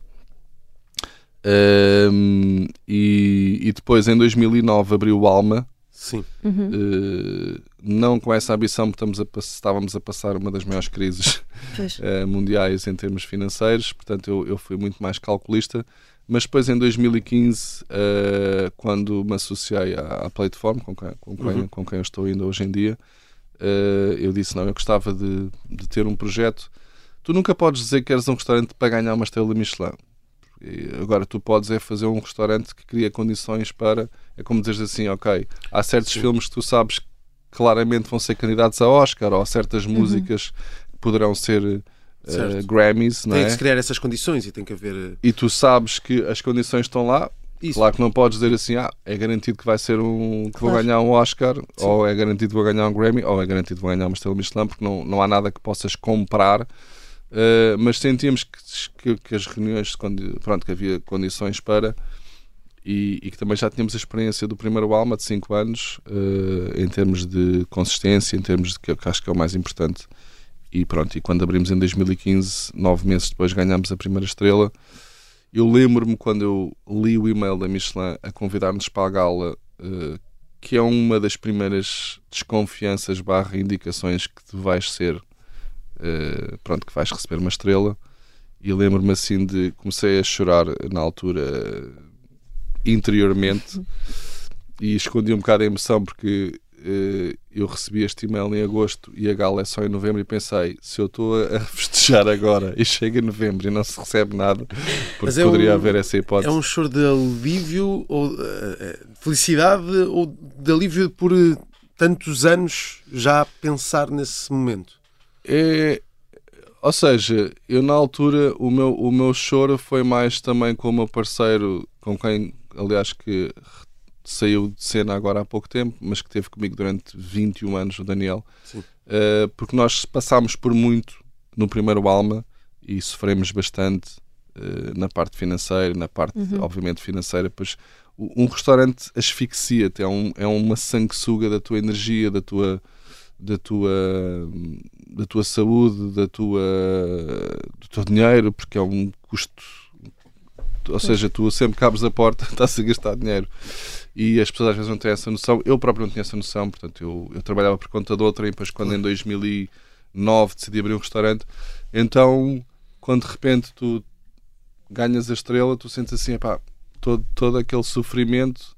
Um, e, e depois em dois mil e nove abriu o Alma. Sim. Uhum. Uh, não com essa ambição, porque estamos a, estávamos a passar uma das maiores crises uh, mundiais em termos financeiros, portanto eu, eu fui muito mais calculista. Mas depois em dois mil e quinze, uh, quando me associei à, à Platform, com quem, com, quem, uhum. com quem eu estou ainda hoje em dia, Uh, eu disse, não, eu gostava de, de ter um projeto. Tu nunca podes dizer que queres um restaurante para ganhar uma estrela Michelin. E agora tu podes é fazer um restaurante que cria condições para, é como dizeres assim, ok, há certos Sim. filmes que tu sabes que claramente vão ser candidatos a Oscar, ou há certas uhum. músicas que poderão ser uh, Grammys, não é? Tem que se criar essas condições e tem que haver... E tu sabes que as condições estão lá. Isso. Claro que não podes dizer assim, ah, é garantido que vai ser um que Claro. vou ganhar um Oscar, Sim. ou é garantido que vou ganhar um Grammy, ou é garantido que vou ganhar uma estrela Michelin, porque não, não há nada que possas comprar. Uh, mas sentíamos que, que, que as reuniões, pronto, que havia condições para, e, e que também já tínhamos a experiência do primeiro Alma de cinco anos, uh, em termos de consistência, em termos de que, que acho que é o mais importante. E pronto, e quando abrimos em dois mil e quinze, nove meses depois ganhámos a primeira estrela. Eu lembro-me quando eu li o e-mail da Michelin a convidar-nos para a gala, uh, que é uma das primeiras desconfianças barra indicações que tu vais ser, uh, pronto, que vais receber uma estrela. E lembro-me assim de... Comecei a chorar na altura, uh, interiormente, e escondi um bocado a emoção porque uh, eu recebi este e-mail em agosto e a gala é só em novembro, e pensei, se eu estou a festejar agora e chega em novembro e não se recebe nada, porque é poderia um, haver essa hipótese. É um choro de alívio ou uh, felicidade ou de alívio por uh, tantos anos já a pensar nesse momento? É, ou seja, eu na altura o meu, o meu choro foi mais também com o meu parceiro, com quem aliás que saiu de cena agora há pouco tempo, mas que esteve comigo durante vinte e um anos, o Daniel. Uh, porque nós passámos por muito no primeiro Alma e sofremos bastante uh, na parte financeira, na parte, uhum. obviamente, financeira. Pois, um restaurante asfixia-te, é, um, é uma sanguessuga da tua energia, da tua, da tua, da tua saúde, da tua, do teu dinheiro, porque é um custo. Ou seja, tu sempre que abres a porta estás a gastar dinheiro. E as pessoas às vezes não têm essa noção. Eu próprio não tinha essa noção. Portanto, eu, eu trabalhava por conta de outra, e depois quando em dois mil e nove decidi abrir um restaurante, então quando de repente tu ganhas a estrela, tu sentes assim, epá, todo, todo aquele sofrimento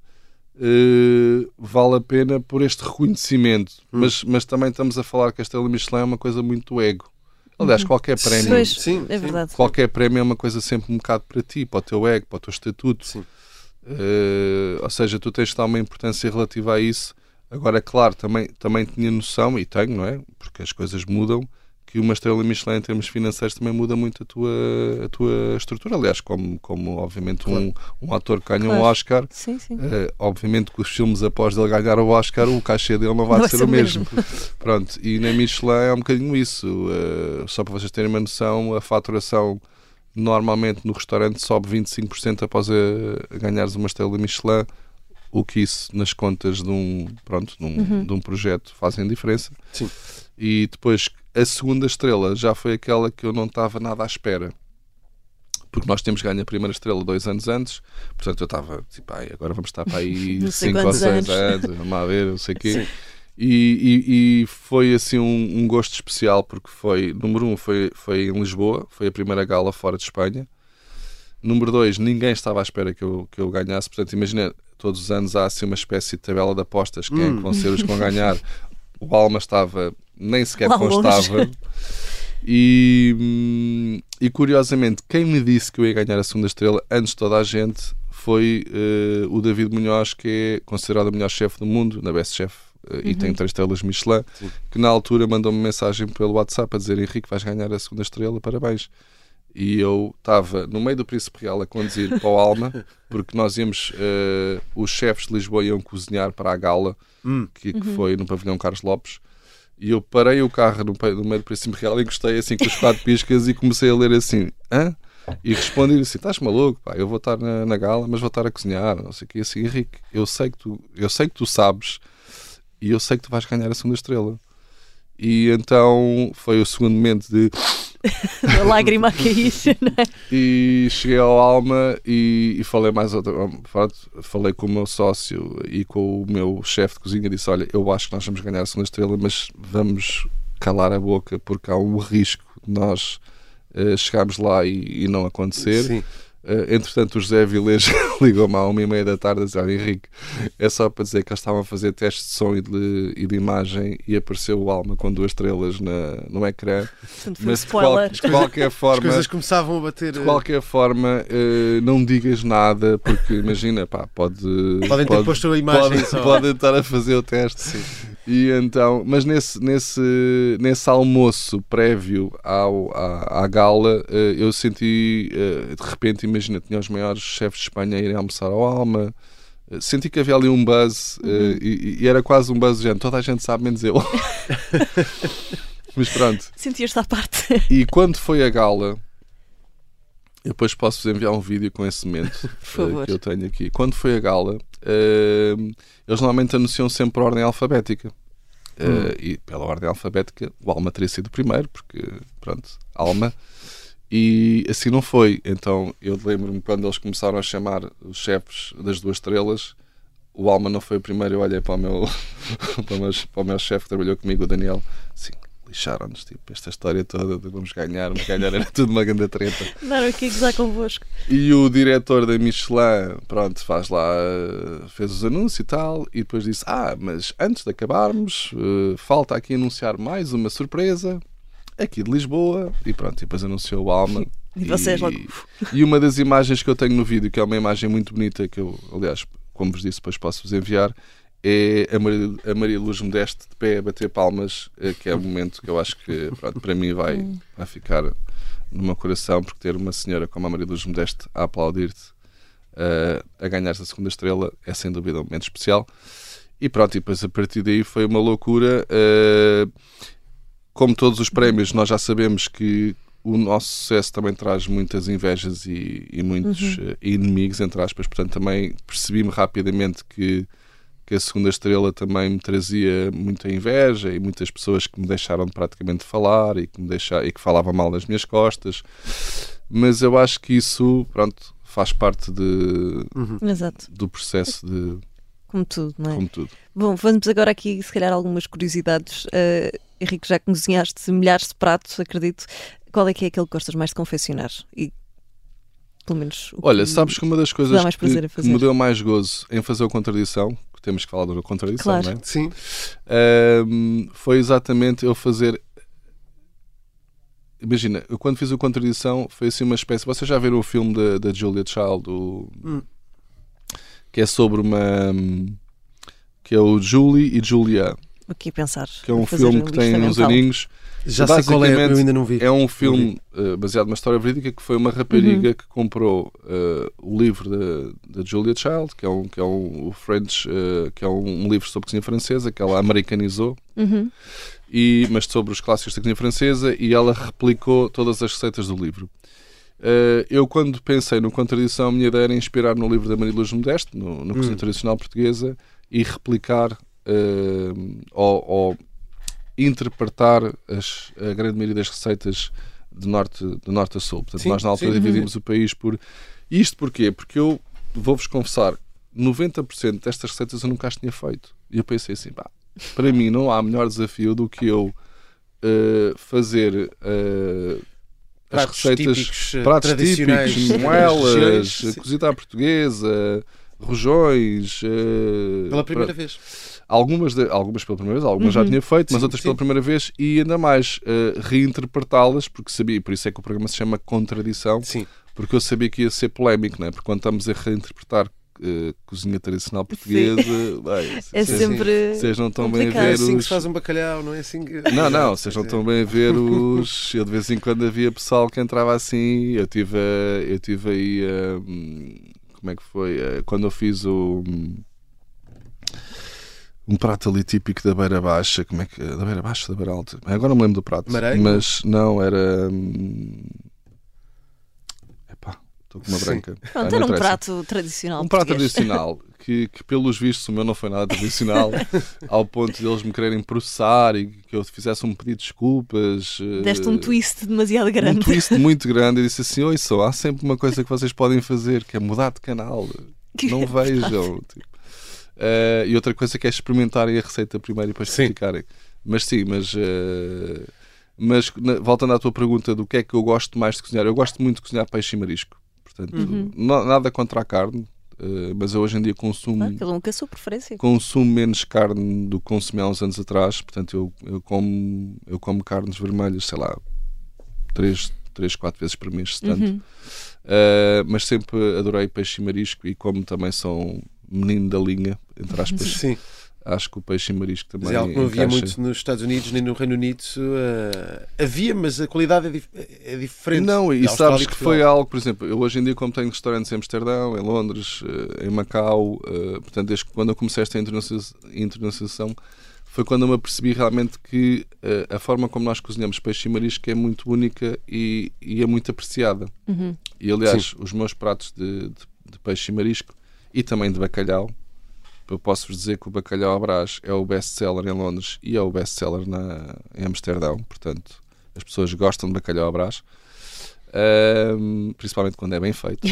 uh, vale a pena por este reconhecimento. Hum. Mas, mas também estamos a falar que a estrela Michelin é uma coisa muito ego. Aliás, uhum. qualquer prémio, pois, sim, é verdade. Qualquer prémio é uma coisa sempre um bocado para ti, para o teu ego, para o teu estatuto. Sim. Uh, ou seja, tu tens de dar uma importância relativa a isso. Agora, claro, também, também tinha noção, e tenho, não é? Porque as coisas mudam, que uma estrela Michelin em termos financeiros também muda muito a tua, a tua estrutura. Aliás, como, como obviamente claro. um, um ator que ganha claro. um Oscar, sim, sim. Uh, obviamente que os filmes após ele ganhar o Oscar, o cachê dele não vai não ser o mesmo. mesmo. Pronto, e na Michelin é um bocadinho isso. Uh, só para vocês terem uma noção, a faturação normalmente no restaurante sobe vinte e cinco por cento após a, a ganhares uma estrela Michelin, o que isso nas contas de um, pronto, de um, uhum. de um projeto fazem diferença. Sim. E depois a segunda estrela já foi aquela que eu não estava nada à espera, porque nós temos ganho a primeira estrela dois anos antes, portanto eu estava tipo, ai, agora vamos estar para aí cinco ou seis anos, vamos lá ver, não sei o quê. E, e, e foi assim um, um gosto especial, porque foi, número um, foi, foi em Lisboa, foi a primeira gala fora de Espanha. Número dois, ninguém estava à espera que eu, que eu ganhasse, portanto imagina, todos os anos há assim uma espécie de tabela de apostas, quem hum. é que vão ser os que vão ganhar. O Alma estava, nem sequer lá constava. Longe. E, e curiosamente, quem me disse que eu ia ganhar a segunda estrela antes de toda a gente foi uh, o David Munhoz, que é considerado o melhor chefe do mundo, na Best Chef, uh, uhum. e tem três estrelas Michelin. Sim. Que na altura mandou-me mensagem pelo WhatsApp a dizer: Henrique, vais ganhar a segunda estrela, parabéns. E eu estava no meio do Príncipe Real a conduzir para o Alma, porque nós íamos, uh, os chefes de Lisboa iam cozinhar para a gala, hum. que, que uhum. foi no pavilhão Carlos Lopes, e eu parei o carro no, no meio do Príncipe Real, encostei assim com os quatro piscas e comecei a ler assim, hã? E respondi assim, estás maluco, pá, eu vou estar na, na gala, mas vou estar a cozinhar, não sei o que, assim, Henrique, eu sei que tu, eu sei que tu sabes e eu sei que tu vais ganhar a segunda estrela. E então foi o segundo momento de a lágrima a cair, não é? E cheguei ao Alma e, e falei mais outra, falei com o meu sócio e com o meu chefe de cozinha, disse, olha, eu acho que nós vamos ganhar a segunda estrela, mas vamos calar a boca porque há um risco de nós uh, chegarmos lá e, e não acontecer. Sim. Uh, entretanto, o José Vilés ligou-me à uma e meia da tarde a dizer, olha, Henrique, é só para dizer que eles estavam a fazer testes de som e de, e de imagem e apareceu o Alma com duas estrelas na, no ecrã. Mas de, qual, de qualquer forma, as coisas começavam a bater. De qualquer forma, uh, não digas nada, porque imagina, pá, pode. Podem ter pode, posto a imagem pode, só. Podem estar a fazer o teste. Sim. E então, mas nesse, nesse, nesse almoço prévio ao, à, à gala, eu senti, de repente, imagina, tinha os maiores chefes de Espanha a irem almoçar ao Alma. Senti que havia ali um buzz, uhum. e, e era quase um buzz de gente. Toda a gente sabe, menos eu. Mas pronto. Sentias-te à parte. E quando foi a gala, eu depois posso-vos enviar um vídeo com esse momento uh, que eu tenho aqui. Quando foi a gala, uh, eles normalmente anunciam sempre por ordem alfabética. Uh, hum. E pela ordem alfabética, o Alma teria sido o primeiro, porque, pronto, Alma. E assim não foi. Então eu lembro-me quando eles começaram a chamar os chefes das duas estrelas, o Alma não foi o primeiro. Eu olhei para o meu, para o meu, para o meu chefe que trabalhou comigo, o Daniel, assim, lixaram-nos, tipo, esta história toda de vamos ganhar, vamos ganhar, era tudo uma grande treta. Andaram aqui a gozar convosco. E o diretor da Michelin, pronto, faz lá, fez os anúncios e tal, e depois disse, ah, mas antes de acabarmos, uh, falta aqui anunciar mais uma surpresa, aqui de Lisboa, e pronto, e depois anunciou o Alma. E vocês logo... E uma das imagens que eu tenho no vídeo, que é uma imagem muito bonita, que eu, aliás, como vos disse, depois posso-vos enviar, é a Maria, a Maria Luz Modeste de pé a bater palmas, que é um momento que eu acho que, pronto, para mim vai, vai ficar no meu coração, porque ter uma senhora como a Maria Luz Modeste a aplaudir-te, uh, a ganhar-se a segunda estrela, é sem dúvida um momento especial. E pronto, e depois a partir daí foi uma loucura. Uh, como todos os prémios, nós já sabemos que o nosso sucesso também traz muitas invejas e, e muitos uhum. uh, inimigos, entre aspas, portanto também percebi-me rapidamente que que a segunda estrela também me trazia muita inveja e muitas pessoas que me deixaram de praticamente falar e que, me deixaram, e que falavam mal nas minhas costas, mas eu acho que isso, pronto, faz parte de, uhum. do processo de... Como tudo, não é? Como tudo. Bom, vamos agora aqui, se calhar, algumas curiosidades. Uh, Henrique, já cozinhaste milhares de pratos, acredito. Qual é que é aquele que gostas mais de confeccionar? E pelo menos... Olha, sabes que uma das coisas que, que me deu mais gozo em fazer o Contradição, temos que falar da contradição, claro. Não é? Sim. Um, foi exatamente eu fazer... Imagina, eu quando fiz o Contradição foi assim uma espécie... Vocês já viram o filme da, da Julia Child, o... hum. que é sobre uma... que é o Julie e Julia. O que pensar? Que é um filme que tem uns aninhos. Já sei qual é, eu ainda não vi. É um filme uh, baseado numa história verídica, que foi uma rapariga uhum. que comprou uh, o livro da Julia Child, que é um, que é um o French, uh, que é um, um livro sobre cozinha francesa, que ela americanizou, uhum. e, mas sobre os clássicos da cozinha francesa, e ela replicou todas as receitas do livro. Uh, eu, quando pensei no Contradição, a minha ideia era inspirar no livro da Maria Luz Modeste, no, no Cozinha uhum. Tradicional Portuguesa, e replicar uh, ou, ou interpretar as, a grande maioria das receitas de norte, de norte a sul. Portanto, sim, nós na altura sim. dividimos o país por... Isto porquê? Porque eu, vou-vos confessar, noventa por cento destas receitas eu nunca as tinha feito. E eu pensei assim, pá, para mim não há melhor desafio do que eu uh, fazer uh, as pratos receitas, típicos, pratos típicos, moelas, cozida à portuguesa, rojões... Uh, pela primeira pra... vez. Algumas, de, algumas pela primeira vez, algumas uhum. já tinha feito, mas sim, outras sim. pela primeira vez, e ainda mais uh, reinterpretá-las, porque sabia, por isso é que o programa se chama Contradição, sim. porque eu sabia que ia ser polémico, não é? Porque quando estamos a reinterpretar uh, cozinha tradicional portuguesa, bem, é cês, sempre vocês não estão complicado. bem a ver os... É assim que se faz um bacalhau, não é assim que... Não, não, vocês não estão bem a ver os... Eu de vez em quando havia pessoal que entrava assim, eu tive, eu tive aí... Uh, como é que foi? Uh, quando eu fiz o... Um prato ali típico da Beira Baixa, como é que... Da Beira Baixa, da Beira Alta. Agora não me lembro do prato. Marengo? Mas não, era... Hum... Epá, estou com uma branca. Pronto, ah, era um prato tradicional Um prato português. tradicional, que, que pelos vistos o meu não foi nada tradicional, ao ponto de eles me quererem processar e que eu fizesse um pedido de desculpas. Deste um twist demasiado grande. Um twist muito grande. E disse assim, oi, só há sempre uma coisa que vocês podem fazer, que é mudar de canal. Que não vejam, tipo. Uh, e outra coisa que é experimentarem a receita primeiro e depois criticarem. Mas sim, mas, uh, mas na, voltando à tua pergunta do que é que eu gosto mais de cozinhar, eu gosto muito de cozinhar peixe e marisco. Portanto, uhum. no, nada contra a carne, uh, mas eu hoje em dia consumo, ah, cada um com a sua preferência. consumo menos carne do que consumi há uns anos atrás. Portanto, eu, eu, como, eu como carnes vermelhas, sei lá, três, três quatro vezes por mês, se tanto. Uhum. Uh, mas sempre adorei peixe e marisco, e como também são menino da linha, entre aspas, sim. acho que o peixe e marisco também Mas é algo que não havia encaixa. muito nos Estados Unidos nem no Reino Unido. Uh, havia, mas a qualidade é, dif é diferente. Não, e Da sabes Austrália e que Portugal. foi algo, por exemplo, eu hoje em dia, como tenho restaurantes em Amsterdão, em Londres, em Macau, uh, portanto, desde que quando eu comecei esta internacionalização, foi quando eu me apercebi realmente que uh, a forma como nós cozinhamos peixe e marisco é muito única e, e é muito apreciada. Uhum. E aliás, Sim. os meus pratos de, de, de peixe e marisco e também de bacalhau, eu posso-vos dizer que o bacalhau à Brás é o best-seller em Londres e é o best-seller na, em Amsterdão. Portanto, as pessoas gostam de bacalhau à Brás, um, principalmente quando é bem feito.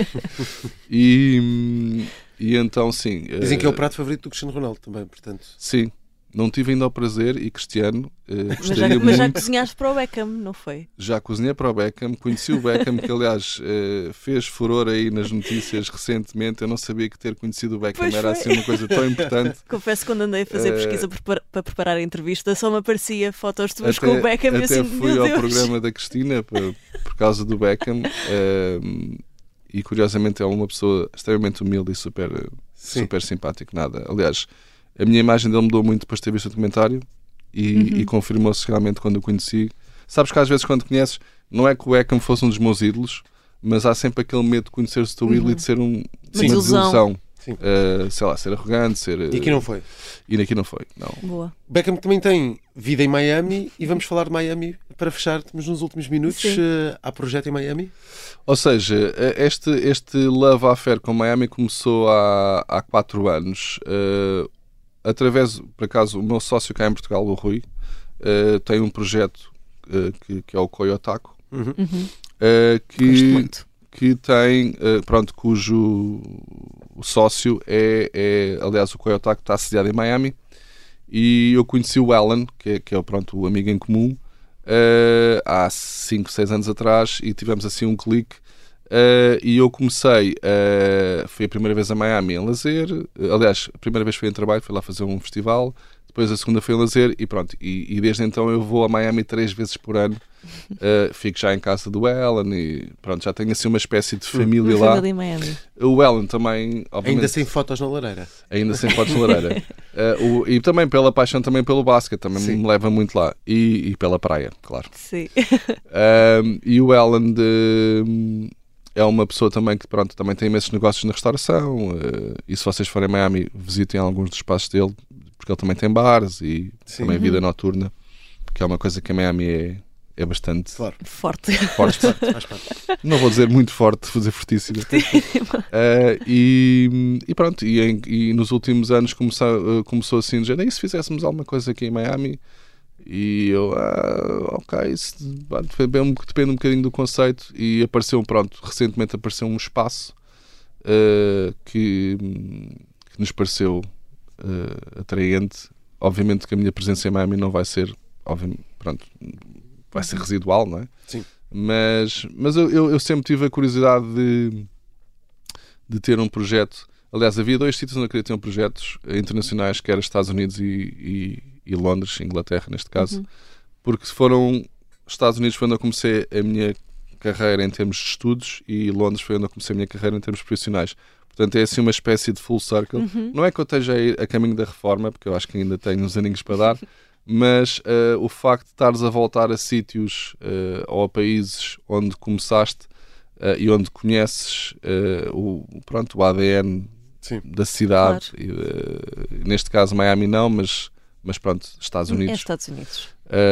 e, e então, sim. Dizem que é o uh, prato favorito do Cristiano Ronaldo também, portanto. Sim. Não tive ainda ao prazer e Cristiano, uh, Mas gostaria já, mas já muito. cozinhaste para o Beckham, não foi? Já cozinhei para o Beckham, conheci o Beckham, que aliás eh, fez furor aí nas notícias recentemente. Eu não sabia que ter conhecido o Beckham Pois era foi. assim uma coisa tão importante. Confesso que quando andei a fazer Eh, pesquisa para, para preparar a entrevista, só me aparecia fotos tuas com o Beckham e até assim, fui meu ao Deus. programa da Cristina por, por causa do Beckham eh, e curiosamente é uma pessoa extremamente humilde e super, Sim. super simpático. Nada. Aliás, a minha imagem dele mudou muito depois de ter visto o documentário e, Uhum. e confirmou-se realmente quando o conheci. Sabes que às vezes quando conheces, não é que o Beckham fosse um dos meus ídolos, mas há sempre aquele medo de conheceres o teu ídolo Uhum. e de ser um, Uma uma desilusão. desilusão. Sim. Uh, sei lá, ser arrogante, ser... E aqui não foi. E aqui não foi, não. Boa. Beckham também tem vida em Miami e vamos falar de Miami para fechar. Estamos nos últimos minutos. Sim. Uh, há projeto em Miami? Ou seja, este, este love affair com Miami começou há, há quatro anos. Uh, através, por acaso, o meu sócio cá em Portugal, o Rui, uh, tem um projeto uh, que, que é o Koyotako, Uhum. Uhum. uh, Gosto que, muito. que tem, uh, pronto, cujo o sócio é, é aliás, o Koyotako está assediado em Miami e eu conheci o Alan, que é, que é pronto, o amigo em comum, uh, há cinco, seis anos atrás e tivemos assim um clique. Uh, e eu comecei, uh, foi a primeira vez a Miami em lazer, uh, aliás, a primeira vez foi em trabalho, fui lá fazer um festival, depois a segunda foi em lazer e pronto, e, e desde então eu vou a Miami três vezes por ano, uh, fico já em casa do Alan e pronto, já tenho assim uma espécie de família Uma lá. família em Miami. O Alan também, obviamente, Ainda sem fotos na lareira. ainda sem fotos de lareira. Uh, o, e também pela paixão também pelo basquete, também Sim. me leva muito lá, e, e pela praia, claro. Sim. Um, e o Alan de, é uma pessoa também que pronto, também tem imensos negócios na restauração uh, e se vocês forem a Miami visitem alguns dos espaços dele porque ele também tem bares e Sim. também Uhum. vida noturna, que é uma coisa que a Miami é, é bastante Claro. Forte. forte. Faz parte. Não vou dizer muito forte, vou dizer fortíssimo. Uh, e, e pronto, e, em- e nos últimos anos começou, uh, começou assim de género, e se fizéssemos alguma coisa aqui em Miami? E eu, ah, ok, isso depende um, depende um bocadinho do conceito. E apareceu, pronto, recentemente apareceu um espaço uh, que, que nos pareceu uh, atraente. Obviamente que a minha presença em Miami não vai ser, obviamente, pronto, vai ser residual, não é? Sim. Mas, mas eu, eu, eu sempre tive a curiosidade de, de ter um projeto. Aliás, havia dois sítios onde eu queria ter um projetos internacionais, que eram Estados Unidos e, e, e Londres, Inglaterra neste caso, Uhum. porque foram Estados Unidos foi onde eu comecei a minha carreira em termos de estudos e Londres foi onde eu comecei a minha carreira em termos profissionais. Portanto, é assim uma espécie de full circle. Uhum. Não é que eu esteja a, ir a caminho da reforma, porque eu acho que ainda tenho uns aninhos para dar, mas uh, o facto de estares a voltar a sítios uh, ou a países onde começaste uh, e onde conheces uh, o, pronto, o A D N Sim. da cidade, Claro. e, uh, neste caso Miami não, mas, mas pronto, Estados É Unidos, Estados Unidos.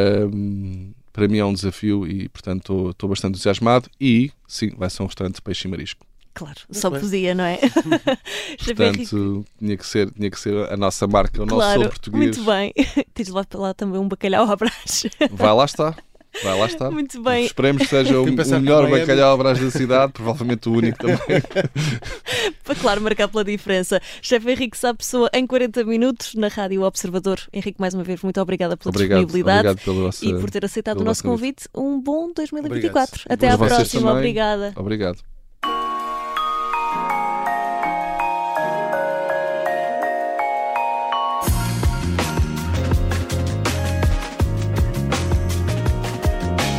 uh, para mim é um desafio e portanto estou bastante entusiasmado e sim, vai ser um restaurante de peixe e marisco. Claro, só bem. podia, não é? Chefe Henrique, Portanto, tinha que, ser, tinha que ser a nossa marca, o nosso claro, solo português. muito bem. Tens lá para lá também um bacalhau à brás. Vai lá estar. Vai lá estar. Muito bem. Esperemos que seja o, Fui o pensar melhor que Miami- bacalhau à brás da cidade, provavelmente o único também. Para, claro, marcar pela diferença. Chefe Henrique Sá Pessoa, em quarenta minutos, na Rádio Observador. Henrique, mais uma vez, muito obrigada pela Obrigado, disponibilidade obrigado pela vossa, e por ter aceitado o pelo nosso vosso convite. convite. Um bom dois mil e vinte e quatro. Obrigado. Até Mas à vocês próxima. também. Obrigada. Obrigado.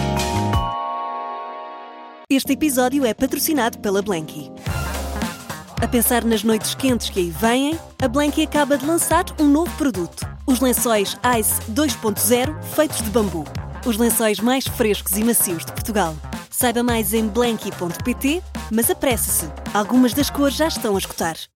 Este episódio é patrocinado pela Blanky. A pensar nas noites quentes que aí vêm, a Blanky acaba de lançar um novo produto. Os lençóis Ice dois ponto zero feitos de bambu. Os lençóis mais frescos e macios de Portugal. Saiba mais em blanky ponto pt, mas apresse-se. Algumas das cores já estão a esgotar.